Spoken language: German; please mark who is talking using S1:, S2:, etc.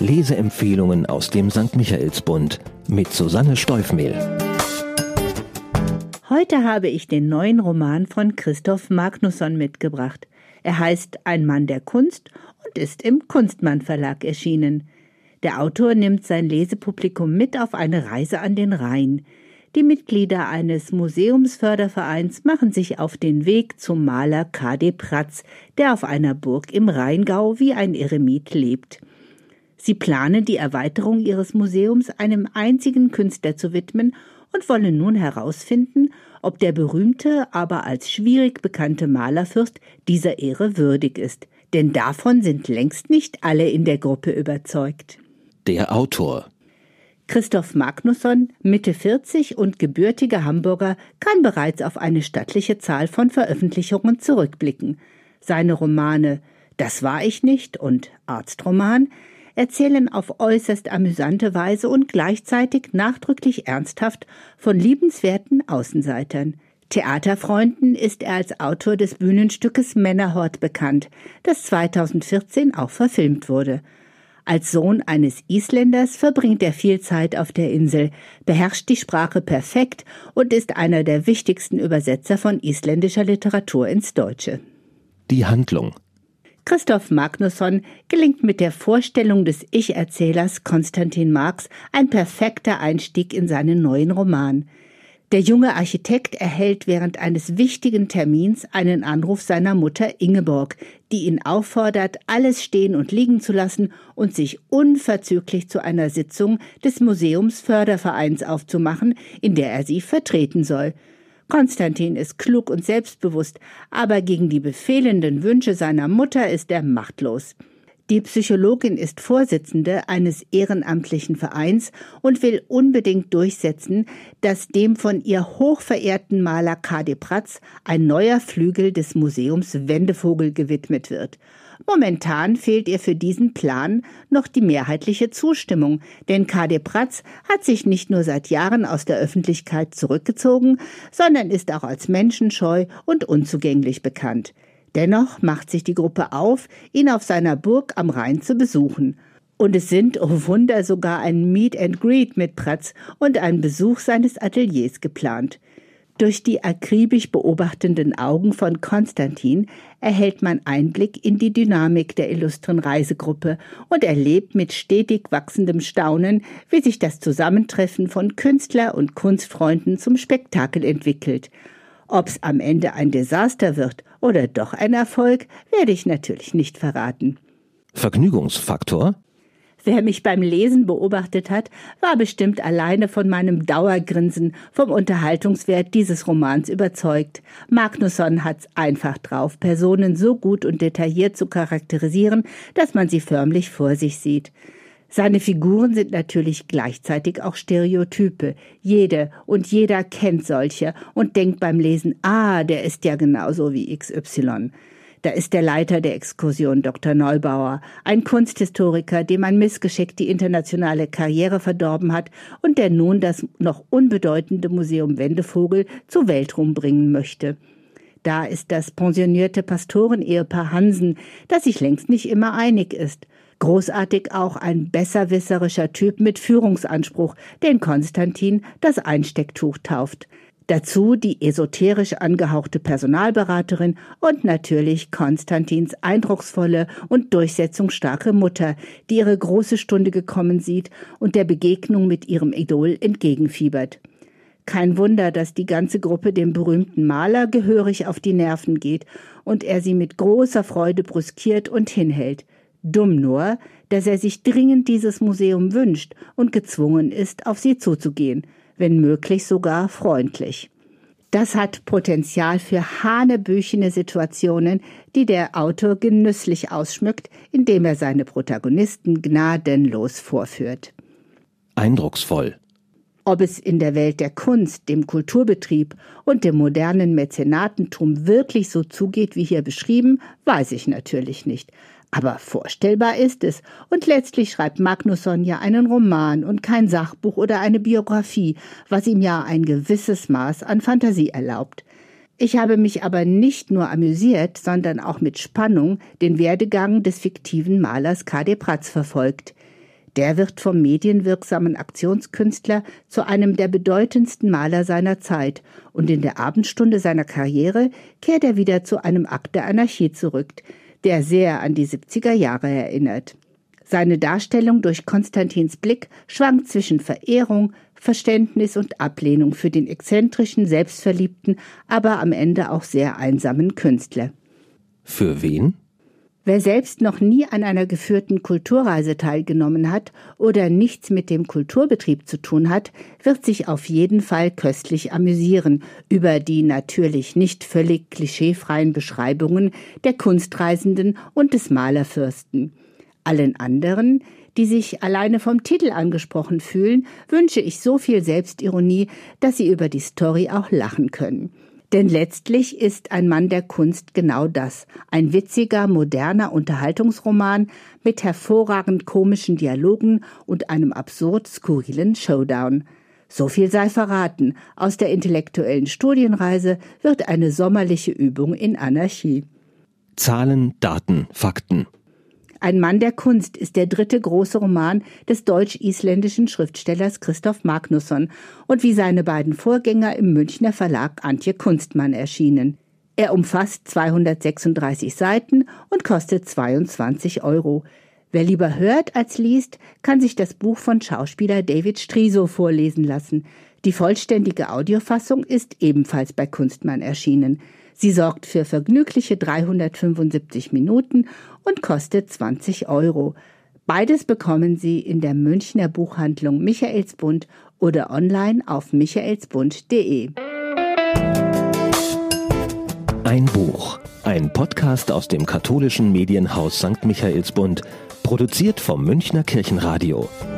S1: Leseempfehlungen aus dem St. Michaelsbund mit Susanne Steufmehl.
S2: Heute habe ich den neuen Roman von Christoph Magnusson mitgebracht. Er heißt Ein Mann der Kunst und ist im Kunstmann Verlag erschienen. Der Autor nimmt sein Lesepublikum mit auf eine Reise an den Rhein. Die Mitglieder eines Museumsfördervereins machen sich auf den Weg zum Maler K.D. Pratz, der auf einer Burg im Rheingau wie ein Eremit lebt. Sie planen die Erweiterung ihres Museums einem einzigen Künstler zu widmen und wollen nun herausfinden, ob der berühmte, aber als schwierig bekannte Malerfürst dieser Ehre würdig ist. Denn davon sind längst nicht alle in der Gruppe überzeugt.
S1: Der Autor.
S2: Christoph Magnusson, Mitte 40 und gebürtiger Hamburger, kann bereits auf eine stattliche Zahl von Veröffentlichungen zurückblicken. Seine Romane »Das war ich nicht« und »Arztroman« erzählen auf äußerst amüsante Weise und gleichzeitig nachdrücklich ernsthaft von liebenswerten Außenseitern. Theaterfreunden ist er als Autor des Bühnenstückes Männerhort bekannt, das 2014 auch verfilmt wurde. Als Sohn eines Isländers verbringt er viel Zeit auf der Insel, beherrscht die Sprache perfekt und ist einer der wichtigsten Übersetzer von isländischer Literatur ins Deutsche.
S1: Die Handlung.
S2: Christoph Magnusson gelingt mit der Vorstellung des Ich-Erzählers Konstantin Marx ein perfekter Einstieg in seinen neuen Roman. Der junge Architekt erhält während eines wichtigen Termins einen Anruf seiner Mutter Ingeborg, die ihn auffordert, alles stehen und liegen zu lassen und sich unverzüglich zu einer Sitzung des Museumsfördervereins aufzumachen, in der er sie vertreten soll. Konstantin ist klug und selbstbewusst, aber gegen die befehlenden Wünsche seiner Mutter ist er machtlos. Die Psychologin ist Vorsitzende eines ehrenamtlichen Vereins und will unbedingt durchsetzen, dass dem von ihr hochverehrten Maler K.D. Pratz ein neuer Flügel des Museums Wendevogel gewidmet wird. Momentan fehlt ihr für diesen Plan noch die mehrheitliche Zustimmung, denn K.D. Pratz hat sich nicht nur seit Jahren aus der Öffentlichkeit zurückgezogen, sondern ist auch als menschenscheu und unzugänglich bekannt. Dennoch macht sich die Gruppe auf, ihn auf seiner Burg am Rhein zu besuchen. Und es sind, oh Wunder, sogar ein Meet and Greet mit Pratz und ein Besuch seines Ateliers geplant. Durch die akribisch beobachtenden Augen von Konstantin erhält man Einblick in die Dynamik der illustren Reisegruppe und erlebt mit stetig wachsendem Staunen, wie sich das Zusammentreffen von Künstler und Kunstfreunden zum Spektakel entwickelt. Ob's am Ende ein Desaster wird oder doch ein Erfolg, werde ich natürlich nicht verraten.
S1: Vergnügungsfaktor?
S2: Wer mich beim Lesen beobachtet hat, war bestimmt alleine von meinem Dauergrinsen vom Unterhaltungswert dieses Romans überzeugt. Magnusson hat's einfach drauf, Personen so gut und detailliert zu charakterisieren, dass man sie förmlich vor sich sieht. Seine Figuren sind natürlich gleichzeitig auch Stereotype. Jede und jeder kennt solche und denkt beim Lesen, der ist ja genauso wie XY. Da ist der Leiter der Exkursion, Dr. Neubauer, ein Kunsthistoriker, dem ein Missgeschick die internationale Karriere verdorben hat und der nun das noch unbedeutende Museum Wendevogel zu Weltruhm bringen möchte. Da ist das pensionierte Pastorenehepaar Hansen, das sich längst nicht immer einig ist. Großartig auch ein besserwisserischer Typ mit Führungsanspruch, den Konstantin das Einstecktuch tauft. Dazu die esoterisch angehauchte Personalberaterin und natürlich Konstantins eindrucksvolle und durchsetzungsstarke Mutter, die ihre große Stunde gekommen sieht und der Begegnung mit ihrem Idol entgegenfiebert. Kein Wunder, dass die ganze Gruppe dem berühmten Maler gehörig auf die Nerven geht und er sie mit großer Freude brüskiert und hinhält. Dumm nur, dass er sich dringend dieses Museum wünscht und gezwungen ist, auf sie zuzugehen, wenn möglich sogar freundlich. Das hat Potenzial für hanebüchene Situationen, die der Autor genüsslich ausschmückt, indem er seine Protagonisten gnadenlos vorführt.
S1: Eindrucksvoll.
S2: Ob es in der Welt der Kunst, dem Kulturbetrieb und dem modernen Mäzenatentum wirklich so zugeht, wie hier beschrieben, weiß ich natürlich nicht. Aber vorstellbar ist es. Und letztlich schreibt Magnusson ja einen Roman und kein Sachbuch oder eine Biografie, was ihm ja ein gewisses Maß an Fantasie erlaubt. Ich habe mich aber nicht nur amüsiert, sondern auch mit Spannung den Werdegang des fiktiven Malers K.D. Pratz verfolgt. Der wird vom medienwirksamen Aktionskünstler zu einem der bedeutendsten Maler seiner Zeit und in der Abendstunde seiner Karriere kehrt er wieder zu einem Akt der Anarchie zurück, der sehr an die 70er Jahre erinnert. Seine Darstellung durch Konstantins Blick schwankt zwischen Verehrung, Verständnis und Ablehnung für den exzentrischen, selbstverliebten, aber am Ende auch sehr einsamen Künstler.
S1: Für wen?
S2: Wer selbst noch nie an einer geführten Kulturreise teilgenommen hat oder nichts mit dem Kulturbetrieb zu tun hat, wird sich auf jeden Fall köstlich amüsieren über die natürlich nicht völlig klischeefreien Beschreibungen der Kunstreisenden und des Malerfürsten. Allen anderen, die sich alleine vom Titel angesprochen fühlen, wünsche ich so viel Selbstironie, dass sie über die Story auch lachen können. Denn letztlich ist Ein Mann der Kunst genau das, ein witziger, moderner Unterhaltungsroman mit hervorragend komischen Dialogen und einem absurd skurrilen Showdown. So viel sei verraten, aus der intellektuellen Studienreise wird eine sommerliche Übung in Anarchie.
S1: Zahlen, Daten, Fakten.
S2: Ein Mann der Kunst ist der dritte große Roman des deutsch-isländischen Schriftstellers Christoph Magnusson und wie seine beiden Vorgänger im Münchner Verlag Antje Kunstmann erschienen. Er umfasst 236 Seiten und kostet 22 €. Wer lieber hört als liest, kann sich das Buch von Schauspieler David Striso vorlesen lassen. Die vollständige Audiofassung ist ebenfalls bei Kunstmann erschienen. Sie sorgt für vergnügliche 375 Minuten und kostet 20 €. Beides bekommen Sie in der Münchner Buchhandlung Michaelsbund oder online auf michaelsbund.de.
S1: Ein Buch. Ein Podcast aus dem katholischen Medienhaus St. Michaelsbund, produziert vom Münchner Kirchenradio.